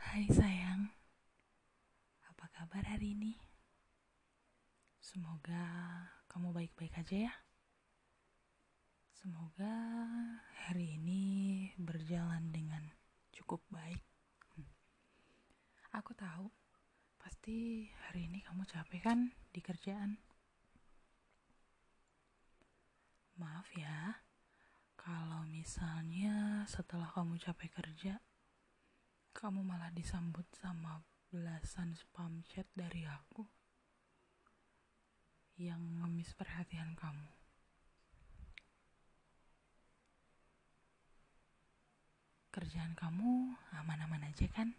Hai sayang, apa kabar hari ini? Semoga kamu baik-baik aja ya. Semoga hari ini berjalan dengan cukup baik. Aku tahu, pasti hari ini kamu capek kan di kerjaan. Maaf ya, kalau misalnya setelah kamu capek kerja, kamu malah disambut sama belasan spam chat dari aku yang ngemis perhatian kamu. Kerjaan kamu aman-aman aja kan?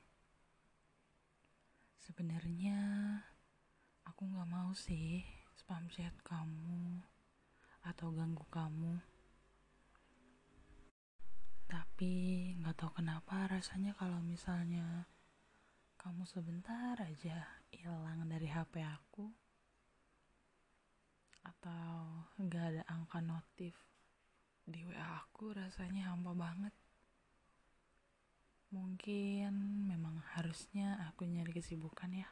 Sebenarnya aku gak mau sih spam chat kamu atau ganggu kamu. Tapi gak tahu kenapa rasanya kalau misalnya kamu sebentar aja hilang dari HP aku, atau gak ada angka notif di WA aku, rasanya hampa banget. Mungkin memang harusnya aku nyari kesibukan ya.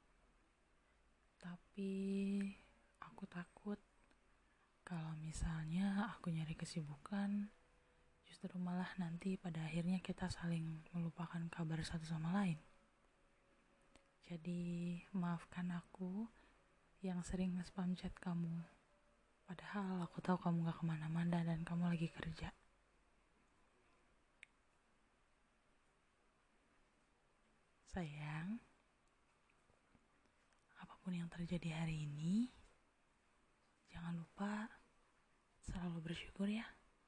Tapi aku takut kalau misalnya aku nyari kesibukan, justru malah nanti pada akhirnya kita saling melupakan kabar satu sama lain. Jadi maafkan aku yang sering nge-spam chat kamu. Padahal aku tahu kamu gak kemana-mana dan kamu lagi kerja. Sayang, apapun yang terjadi hari ini, jangan lupa selalu bersyukur ya.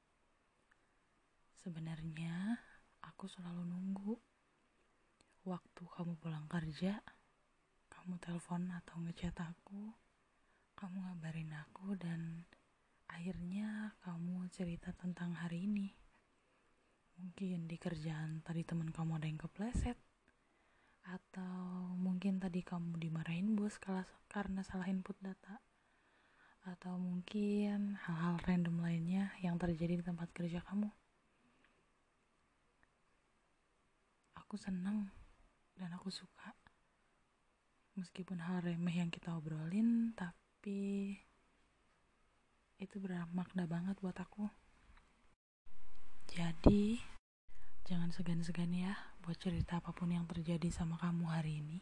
Sebenarnya aku selalu nunggu waktu kamu pulang kerja, kamu telepon atau ngechat aku, kamu ngabarin aku, dan akhirnya kamu cerita tentang hari ini. Mungkin di kerjaan tadi teman kamu ada yang kepleset, atau mungkin tadi kamu dimarahin bos karena salah input data, atau mungkin hal-hal random lainnya yang terjadi di tempat kerja kamu. Aku senang dan aku suka. Meskipun hal remeh yang kita obrolin, tapi itu bermakna banget buat aku. Jadi, jangan segan-segan ya buat cerita apapun yang terjadi sama kamu hari ini.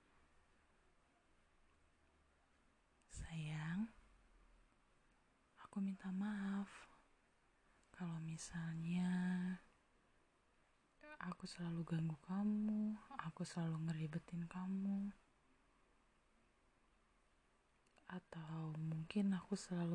Sayang, aku minta maaf kalau misalnya aku selalu ganggu kamu, aku selalu ngeribetin kamu, atau mungkin aku selalu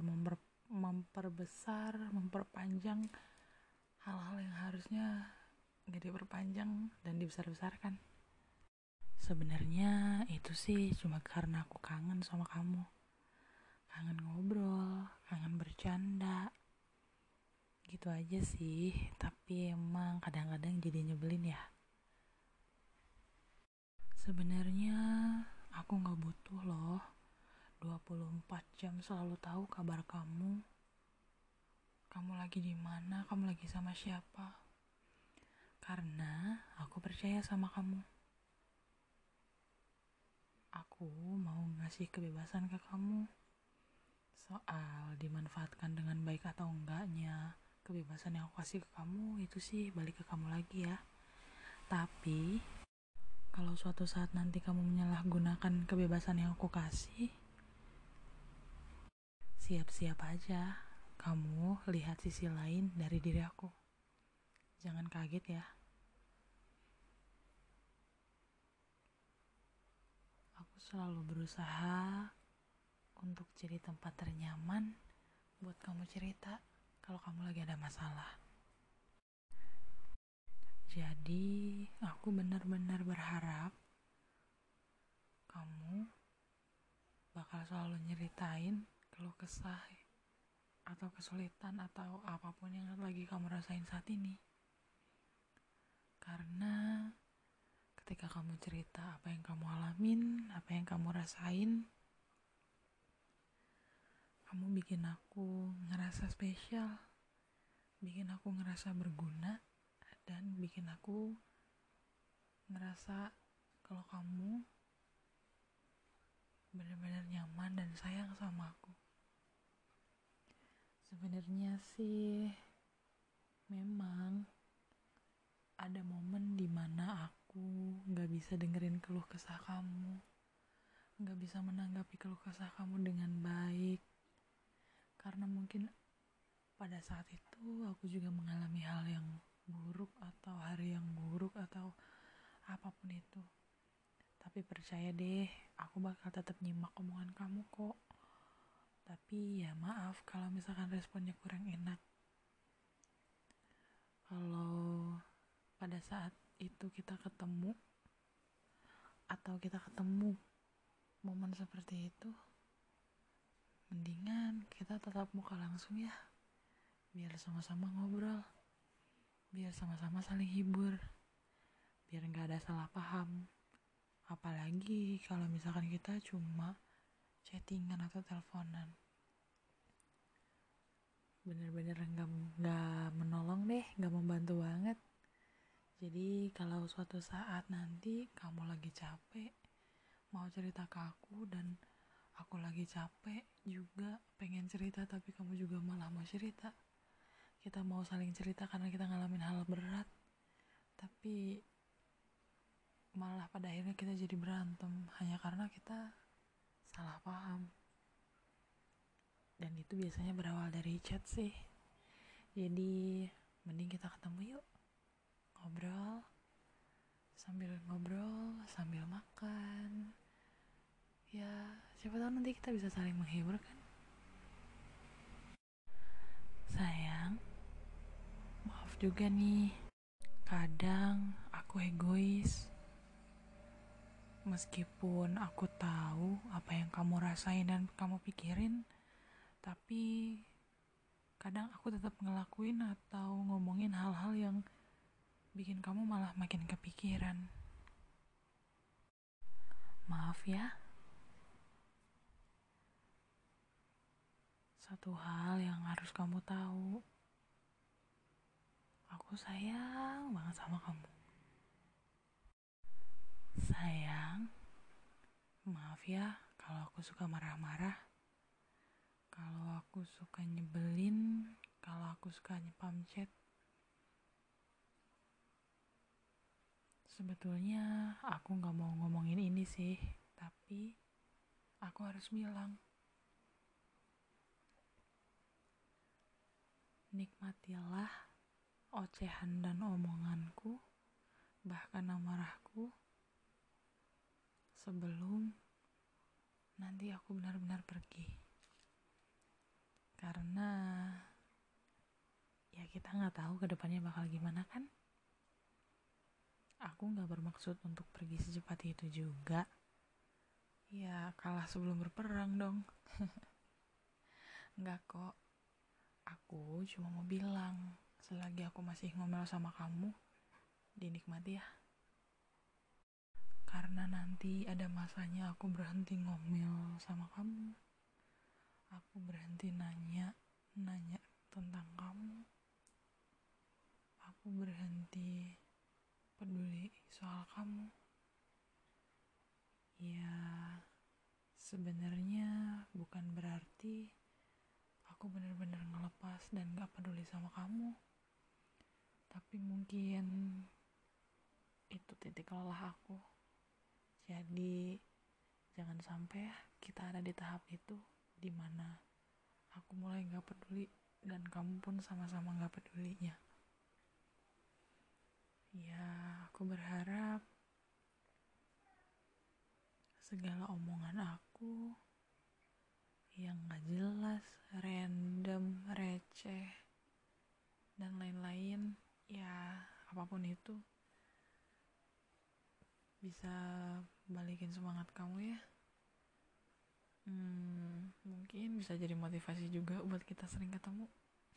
memperpanjang hal-hal yang harusnya gak diperpanjang dan dibesar-besarkan. Sebenarnya itu sih cuma karena aku kangen sama kamu. Kangen ngobrol, kangen bercanda. Gitu aja sih, tapi emang kadang-kadang jadi nyebelin ya. Sebenarnya aku gak butuh loh 24 jam selalu tahu kabar kamu. Kamu lagi di mana, kamu lagi sama siapa. Karena aku percaya sama kamu. Aku mau ngasih kebebasan ke kamu. Soal dimanfaatkan dengan baik atau enggaknya kebebasan yang aku kasih ke kamu, itu sih balik ke kamu lagi ya. Tapi kalau suatu saat nanti kamu menyalahgunakan kebebasan yang aku kasih, siap-siap aja kamu lihat sisi lain dari diri aku. Jangan kaget ya. Aku selalu berusaha untuk jadi tempat ternyaman buat kamu cerita kalau kamu lagi ada masalah. Jadi aku benar-benar berharap kamu bakal selalu nyeritain keluh kesah atau kesulitan atau apapun yang lagi kamu rasain saat ini. Karena ketika kamu cerita apa yang kamu alamin, apa yang kamu rasain, kamu bikin aku ngerasa spesial, bikin aku ngerasa berguna, dan bikin aku ngerasa kalau kamu benar-benar nyaman dan sayang sama aku. Sebenarnya sih memang ada momen dimana aku gak bisa dengerin keluh kesah kamu, gak bisa menanggapi keluh kesah kamu dengan baik, karena mungkin pada saat itu aku juga mengalami hal yang buruk atau hari yang buruk atau apapun itu. Tapi percaya deh, aku bakal tetap nyimak omongan kamu kok. Tapi ya maaf kalau misalkan responnya kurang enak. Kalau pada saat itu kita ketemu atau kita ketemu momen seperti itu, mendingan kita tatap muka langsung ya, biar sama-sama ngobrol, biar sama-sama saling hibur, biar gak ada salah paham. Apalagi kalau misalkan kita cuma chattingan atau teleponan, bener-bener gak menolong deh, gak membantu banget. Jadi kalau suatu saat nanti kamu lagi capek mau cerita ke aku dan aku lagi capek juga pengen cerita tapi kamu juga malah mau cerita, kita mau saling cerita karena kita ngalamin hal berat, tapi malah pada akhirnya kita jadi berantem hanya karena kita salah paham. Dan itu biasanya berawal dari chat sih. Jadi mending kita ketemu yuk, ngobrol sambil makan. Ya siapa tahu nanti kita bisa saling menghibur kan. Sayang, maaf juga nih, kadang aku egois. Meskipun aku tahu apa yang kamu rasain dan kamu pikirin, tapi kadang aku tetap ngelakuin atau ngomongin hal-hal yang bikin kamu malah makin kepikiran. Maaf ya. Satu hal yang harus kamu tahu, aku sayang banget sama kamu. Sayang, maaf ya kalau aku suka marah-marah, kalau aku suka nyebelin, kalau aku suka nyepam chat. Sebetulnya aku gak mau ngomongin ini sih, tapi aku harus bilang. Nikmatilah ocehan dan omonganku, bahkan amarahku, sebelum nanti aku benar-benar pergi. Karena ya kita gak tahu ke depannya bakal gimana kan. Aku gak bermaksud untuk pergi secepat itu juga. Ya kalah sebelum berperang dong. Enggak kok. Aku cuma mau bilang, selagi aku masih ngomel sama kamu, dinikmati ya. Karena nanti ada masanya aku berhenti ngomel sama kamu. Aku berhenti nanya tentang kamu. Aku berhenti peduli soal kamu. Ya, sebenarnya bukan berarti aku benar-benar ngelepas dan gak peduli sama kamu. Tapi mungkin itu titik lelah aku. Jadi jangan sampai kita ada di tahap itu dimana aku mulai gak peduli dan kamu pun sama-sama gak pedulinya. Ya, aku berharap segala omongan aku yang gak jelas, random, receh, dan lain-lain, ya apapun itu, bisa balikin semangat kamu ya. Mungkin bisa jadi motivasi juga buat kita sering ketemu.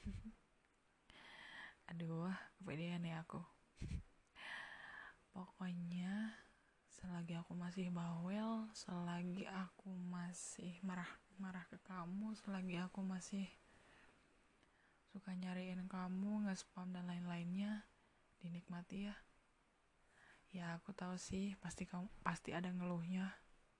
Aduh, kepedean ya aku. Pokoknya selagi aku masih bawel, selagi aku masih marah ke kamu, selagi aku masih suka nyariin kamu, nge-spam dan lain-lainnya, dinikmati ya. Ya aku tahu sih pasti ada ngeluhnya.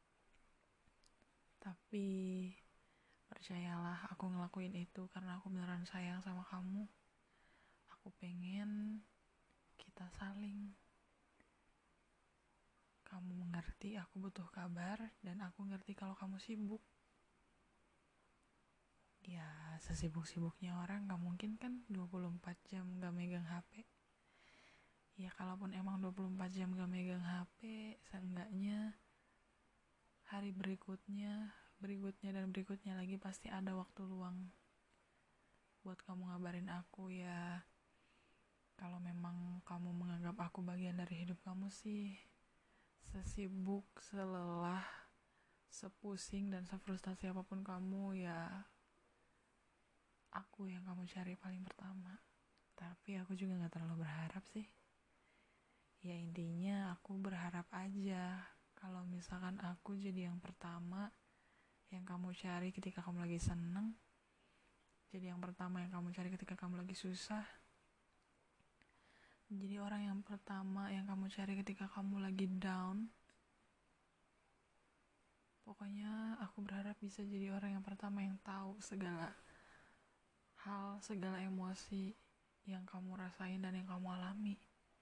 Tapi percayalah, aku ngelakuin itu karena aku beneran sayang sama kamu. Aku pengen kita saling. Kamu mengerti aku butuh kabar, dan aku ngerti kalau kamu sibuk. Ya, sesibuk-sibuknya orang gak mungkin kan 24 jam gak megang HP. Ya, kalaupun emang 24 jam gak megang HP, seenggaknya hari berikutnya dan berikutnya lagi pasti ada waktu luang buat kamu ngabarin aku ya. Kalau memang kamu menganggap aku bagian dari hidup kamu sih, sesibuk, selelah, sepusing dan sefrustasi apapun kamu, ya aku yang kamu cari paling pertama. Tapi aku juga gak terlalu berharap sih. Ya intinya aku berharap aja kalau misalkan aku jadi yang pertama yang kamu cari ketika kamu lagi seneng, jadi yang pertama yang kamu cari ketika kamu lagi susah, jadi orang yang pertama yang kamu cari ketika kamu lagi down. Pokoknya aku berharap bisa jadi orang yang pertama yang tahu segala hal, segala emosi yang kamu rasain dan yang kamu alami.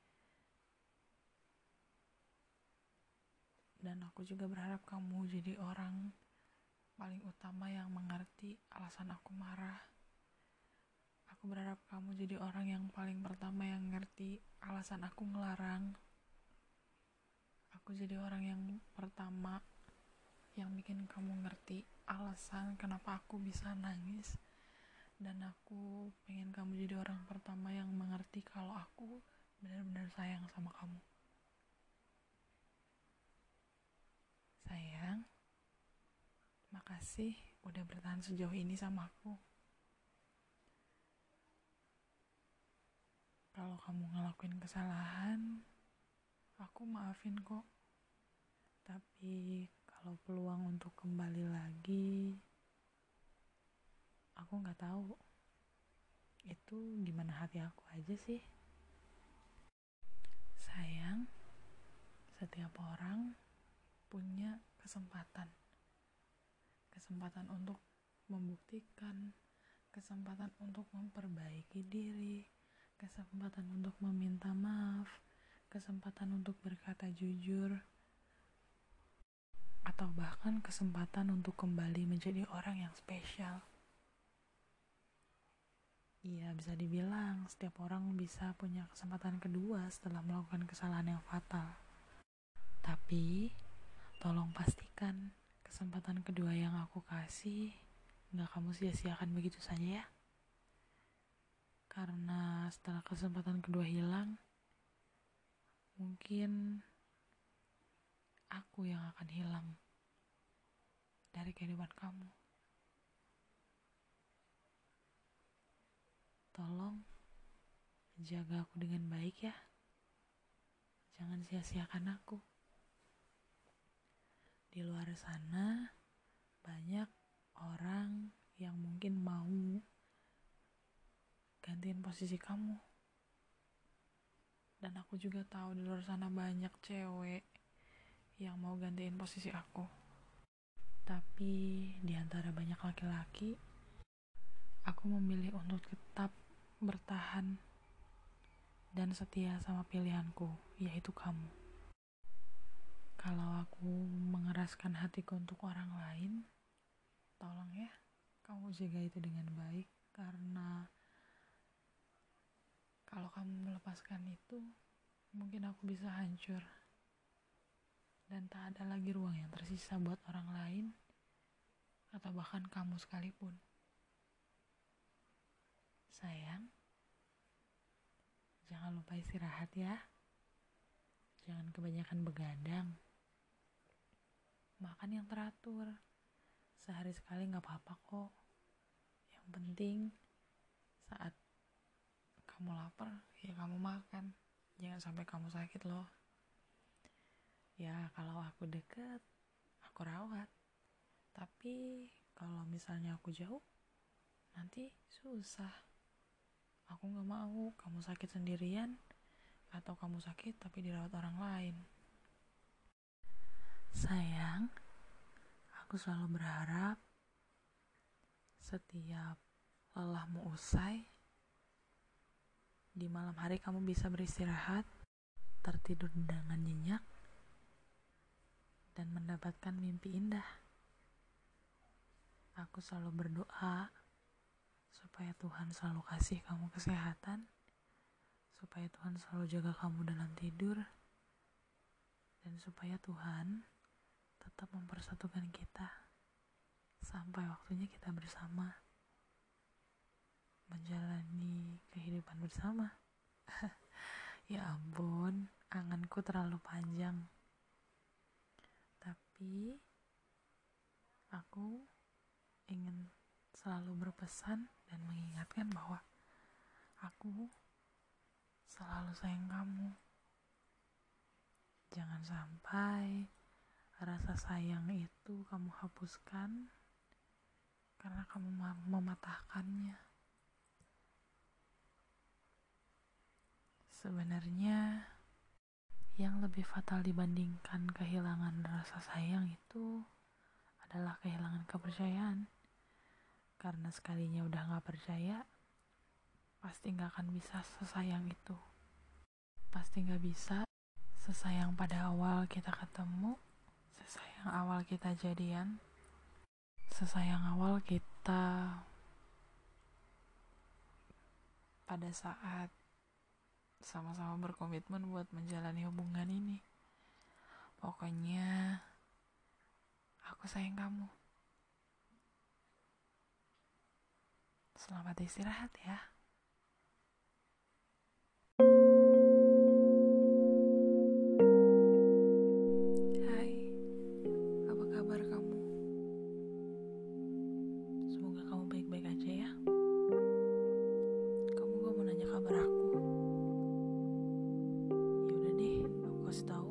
Dan aku juga berharap kamu jadi orang paling utama yang mengerti alasan aku marah. Aku berharap kamu jadi orang yang paling pertama yang ngerti alasan aku ngelarang. Aku jadi orang yang pertama yang bikin kamu ngerti alasan kenapa aku bisa nangis. Dan aku pengen kamu jadi orang pertama yang mengerti kalau aku benar-benar sayang sama kamu. Sayang, makasih udah bertahan sejauh ini sama aku. Kalau kamu ngelakuin kesalahan, aku maafin kok. Tapi kalau peluang untuk kembali lagi, aku gak tahu. Itu gimana hati aku aja sih. Sayang, setiap orang punya kesempatan. Kesempatan untuk membuktikan, kesempatan untuk memperbaiki diri, kesempatan untuk meminta maaf, kesempatan untuk berkata jujur, atau bahkan kesempatan untuk kembali menjadi orang yang spesial. Iya, bisa dibilang setiap orang bisa punya kesempatan kedua setelah melakukan kesalahan yang fatal. Tapi, tolong pastikan kesempatan kedua yang aku kasih gak kamu sia-siakan begitu saja ya. Karena setelah kesempatan kedua hilang, mungkin aku yang akan hilang dari kehidupan kamu. Tolong jaga aku dengan baik ya. Jangan sia-siakan aku. Di luar sana banyak orang yang mungkin mau gantiin posisi kamu. Dan aku juga tahu di luar sana banyak cewek yang mau gantiin posisi aku. Tapi di antara banyak laki-laki, aku memilih untuk tetap bertahan dan setia sama pilihanku, yaitu kamu. Kalau aku mengeraskan hatiku untuk orang lain, tolong ya, kamu jaga itu dengan baik. Karena kalau kamu melepaskan itu, mungkin aku bisa hancur. Dan tak ada lagi ruang yang tersisa buat orang lain, atau bahkan kamu sekalipun. Sayang, jangan lupa istirahat ya. Jangan kebanyakan begadang. Makan yang teratur. Sehari sekali gak apa-apa kok. Yang penting saat kamu lapar, ya kamu makan. Jangan sampai kamu sakit loh. Ya kalau aku deket, aku rawat. Tapi kalau misalnya aku jauh, nanti susah. Aku gak mau kamu sakit sendirian atau kamu sakit tapi dirawat orang lain. Sayang, aku selalu berharap setiap lelahmu usai, di malam hari kamu bisa beristirahat, tertidur dengan nyenyak, dan mendapatkan mimpi indah. Aku selalu berdoa supaya Tuhan selalu kasih kamu kesehatan, supaya Tuhan selalu jaga kamu dalam tidur, dan supaya Tuhan tetap mempersatukan kita sampai waktunya kita bersama menjalani kehidupan bersama. Ya ampun, anganku terlalu panjang. Tapi aku ingin selalu berpesan dan mengingatkan bahwa aku selalu sayang kamu. Jangan sampai rasa sayang itu kamu hapuskan karena kamu mematahkannya. Sebenarnya yang lebih fatal dibandingkan kehilangan rasa sayang itu adalah kehilangan kepercayaan. Karena sekalinya udah gak percaya, pasti gak akan bisa sesayang itu. Pasti gak bisa sesayang pada awal kita ketemu, sesayang awal kita jadian, sesayang awal kita pada saat sama-sama berkomitmen buat menjalani hubungan ini. Pokoknya aku sayang kamu. Selamat istirahat ya. Hai, apa kabar kamu? Semoga kamu baik-baik aja ya. Kamu gak mau nanya kabar aku? Yaudah deh, aku kasih tahu.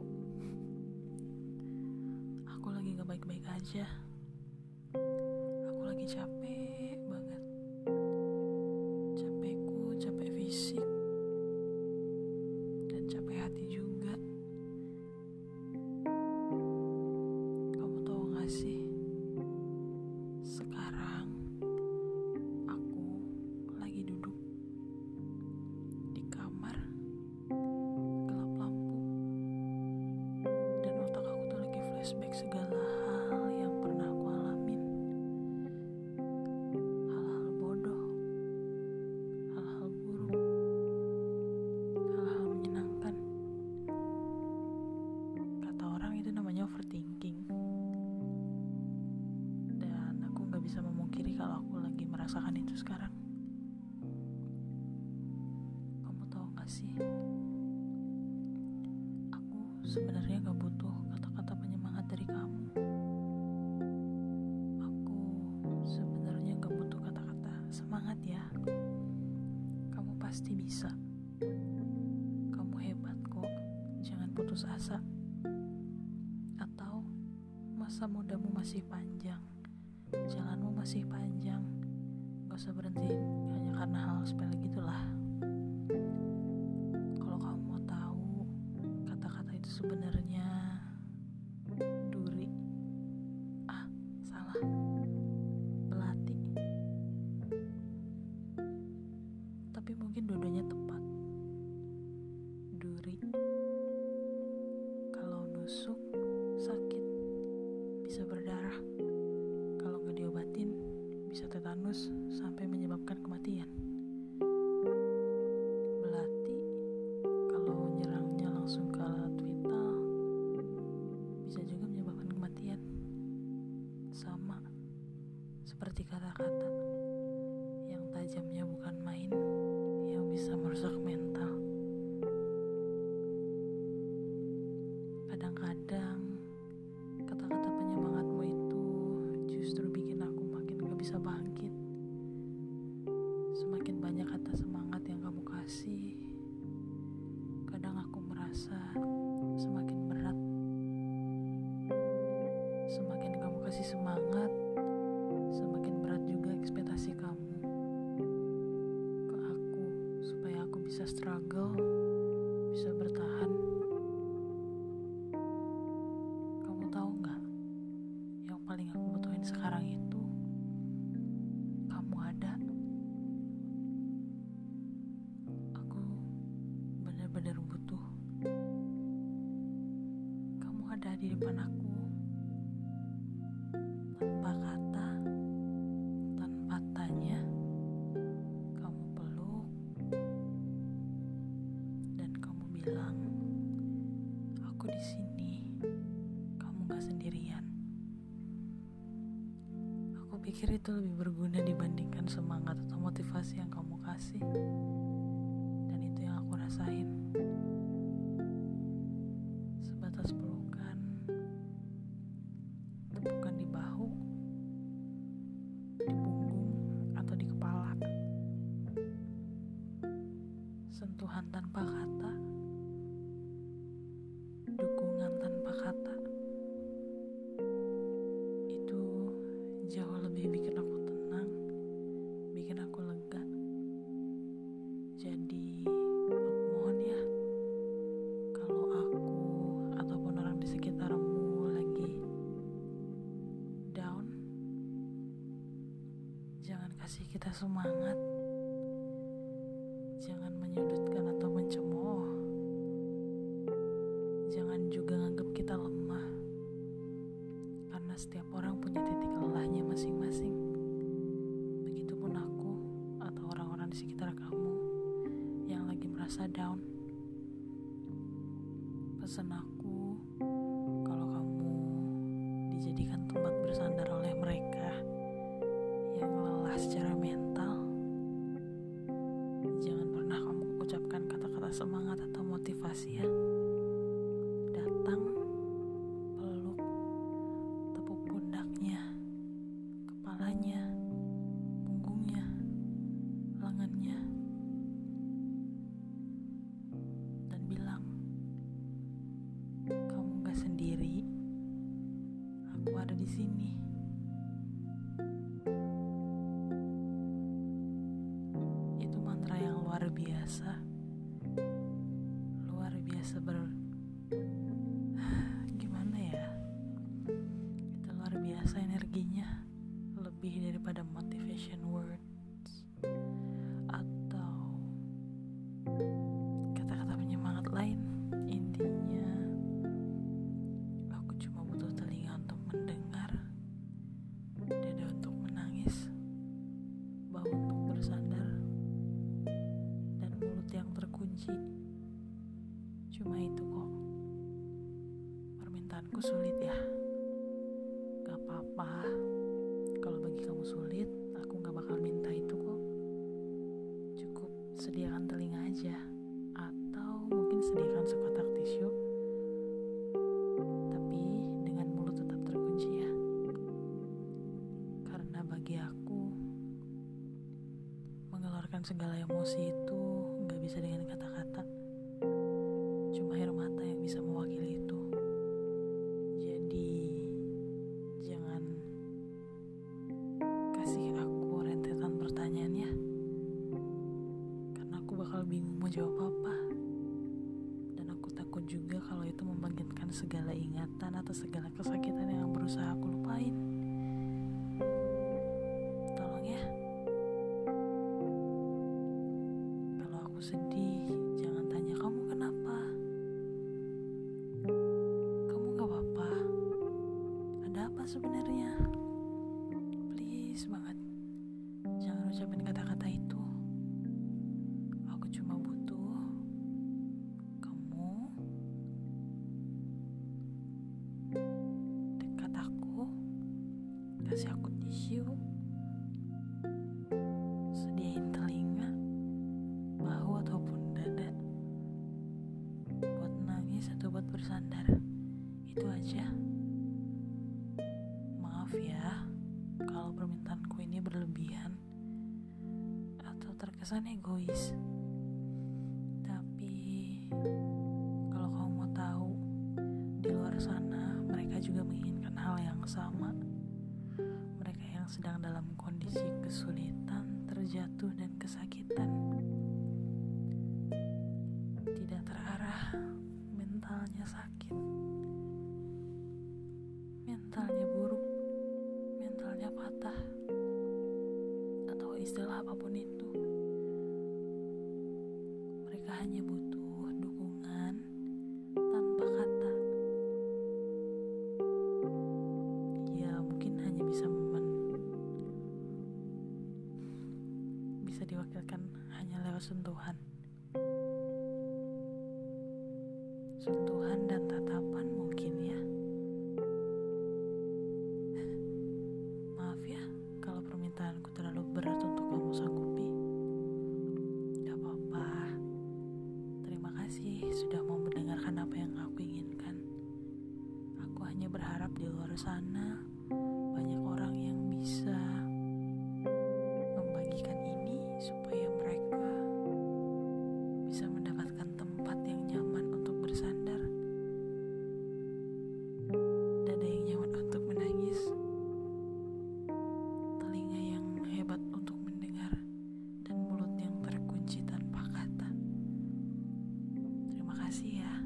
Aku lagi gak baik-baik aja. Aku lagi capek banget. Capekku, capek fisik dan capek hati juga. Kamu tahu gak sih, sekarang aku lagi duduk di kamar, gelap lampu, dan otak aku tuh lagi flashback segala hal yang pernah aku alamin. Hal-hal bodoh, hal-hal buruk, hal-hal menyenangkan. Kata orang itu namanya overthinking. Dan aku gak bisa memungkiri kalau aku lagi merasakan itu sekarang. Kamu tahu gak sih, aku sebenarnya gak butuh kata-kata penyemangat dari kamu. Aku sebenarnya gak butuh kata-kata semangat ya. Kamu pasti bisa. Kamu hebat kok. Jangan putus asa. Atau masa mudamu masih panjang, jalanmu masih panjang. Gak usah berhenti hanya karena hal sepele gitulah. Kalau kamu mau tahu, kata-kata itu sebenarnya duri. Salah. Belati. Tapi mungkin dua-duanya tepat. Duri. Kalau nusuk, sakit. Bisa berdarah. Kalau gak diobatin, bisa tetanus sampai menyebabkan kematian. Belati, kalau nyerangnya langsung ke alat vital, bisa juga menyebabkan kematian. Sama seperti kata-kata yang tajamnya bukan main, yang bisa merusak mental. Kadang-kadang kata-kata penyemangatmu itu justru bikin aku makin gak bisa bangkit. Semakin banyak kata semangat yang kamu kasih, kadang aku merasa semakin berat. Semakin kamu kasih semangat, semakin berat juga ekspektasi kamu ke aku, supaya aku bisa struggle, bisa ada di depan aku, tanpa kata, tanpa tanya, kamu peluk dan kamu bilang, aku di sini, kamu gak sendirian. Aku pikir itu lebih berguna dibandingkan semangat atau motivasi yang kamu kasih. Dan itu yang aku rasain. Sebatas pelukan, tepukan di bahu, di punggung, atau di kepala. Sentuhan tanpa kata, dukungan tanpa kata. Itu jauh lebih bikin aku tenang, bikin aku lega. Jadi aku mohon ya, kalau aku ataupun orang di sekitarmu lagi down, jangan kasih kita semangat, jangan menyudutkan atau mencemooh, jangan juga nganggap kita lemah, karena setiap orang punya titik lelahnya masing-masing. Begitupun aku atau orang-orang di sekitar kamu yang lagi merasa down. Pesan aku, kalau kamu dijadikan tempat bersandar oleh mereka yang lelah secara mental, jangan pernah kamu ucapkan kata-kata semangat atau motivasi ya. Datang, peluk, tepuk pundaknya, kepalanya, punggungnya, lengannya, dan bilang, kamu gak sendiri, aku ada di sini. Itu mantra yang luar biasa gimana ya, itu luar biasa energinya, lebih daripada motivation words atau kata-kata penyemangat lain. Intinya aku cuma butuh telinga untuk mendengar, dada untuk menangis, bahu untuk bersandar, dan mulut yang terkunci. Cuma itu kok. Permintaanku sulit ya. Gak apa-apa. Kalau bagi kamu sulit, aku gak bakal minta itu kok. Cukup sediakan telinga aja. Atau mungkin sediakan sekotak tisu, tapi dengan mulut tetap terkunci ya. Karena bagi aku, mengeluarkan segala emosi itu gak bisa dengan kata-kata. Cuma air mata yang bisa mewakili itu. Jadi jangan kasih aku rentetan pertanyaan ya, karena aku bakal bingung mau jawab apa. Dan aku takut juga kalau itu membangkitkan segala ingatan atau segala kesakitan yang berusaha aku lupain. Tolong ya. Kalau aku sedih, jangan tanya kamu kenapa. Kamu gak apa-apa. Ada apa sebenarnya? Please banget, jangan ucapin kata-kata itu. Aku cuma butuh kamu dekat aku, kasih aku tisu, sediain telinga, bahu ataupun dada buat nangis atau buat bersandar. Itu aja. Maaf ya kalau permintaanku ini berlebihan atau terkesan egois. Tapi kalau kamu mau tahu, di luar sana mereka juga menginginkan hal yang sama. Mereka yang sedang dalam kondisi kesulitan, terjatuh dan kesakitan, tidak terarah, mentalnya sakit, mentalnya buruk, mentalnya patah, atau istilah apapun itu. Mereka hanya butuh dukungan tanpa kata, sentuhan dan tatapan mungkin ya. Maaf ya kalau permintaanku terlalu berat untuk kamu sanggupi. Gak apa-apa. Terima kasih sudah mau mendengarkan apa yang aku inginkan. Aku hanya berharap di luar sana banyak orang yang bisa membagikan ini supaya mereka bisa mendapatkan tempat yang nyaman untuk bersandar, dada yang nyaman untuk menangis, telinga yang hebat untuk mendengar, dan mulut yang terkunci tanpa kata. Terima kasih ya.